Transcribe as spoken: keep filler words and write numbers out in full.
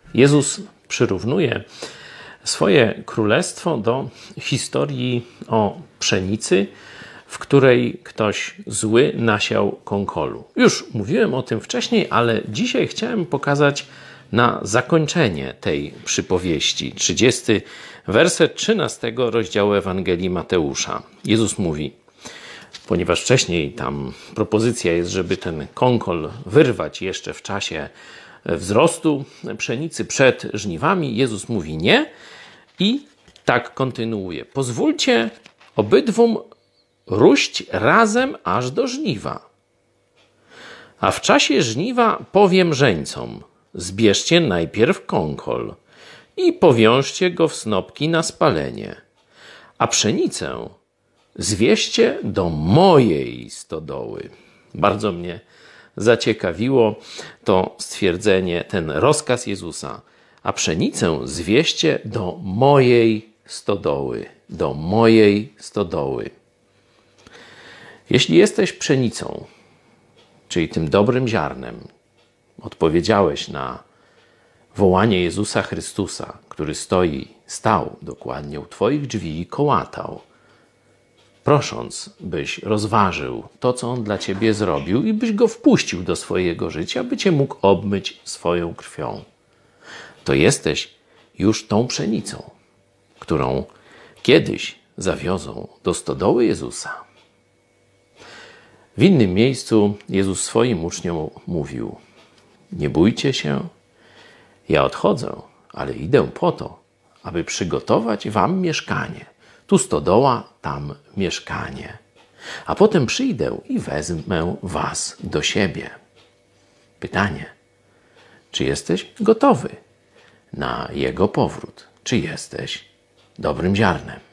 Jezus przyrównuje swoje królestwo do historii o pszenicy, w której ktoś zły nasiał kąkolu. Już mówiłem o tym wcześniej, ale dzisiaj chciałem pokazać na zakończenie tej przypowieści. trzydziesty werset trzynastego rozdziału Ewangelii Mateusza. Jezus mówi, ponieważ wcześniej tam propozycja jest, żeby ten kąkol wyrwać jeszcze w czasie wzrostu pszenicy przed żniwami, Jezus mówi nie i tak kontynuuje. Pozwólcie obydwum róść razem aż do żniwa. A w czasie żniwa powiem żeńcom, zbierzcie najpierw kąkol i powiążcie go w snopki na spalenie, a pszenicę zwieźcie do mojej stodoły. Bardzo mnie zaciekawiło to stwierdzenie, ten rozkaz Jezusa. A pszenicę zwieźcie do mojej stodoły. Do mojej stodoły. Jeśli jesteś pszenicą, czyli tym dobrym ziarnem, odpowiedziałeś na wołanie Jezusa Chrystusa, który stoi, stał dokładnie u twoich drzwi i kołatał, prosząc, byś rozważył to, co On dla ciebie zrobił i byś Go wpuścił do swojego życia, by cię mógł obmyć swoją krwią. To jesteś już tą pszenicą, którą kiedyś zawiozą do stodoły Jezusa. W innym miejscu Jezus swoim uczniom mówił, nie bójcie się, ja odchodzę, ale idę po to, aby przygotować wam mieszkanie. Tu stodoła, tam mieszkanie. A potem przyjdę i wezmę was do siebie. Pytanie, czy jesteś gotowy na Jego powrót? Czy jesteś dobrym ziarnem?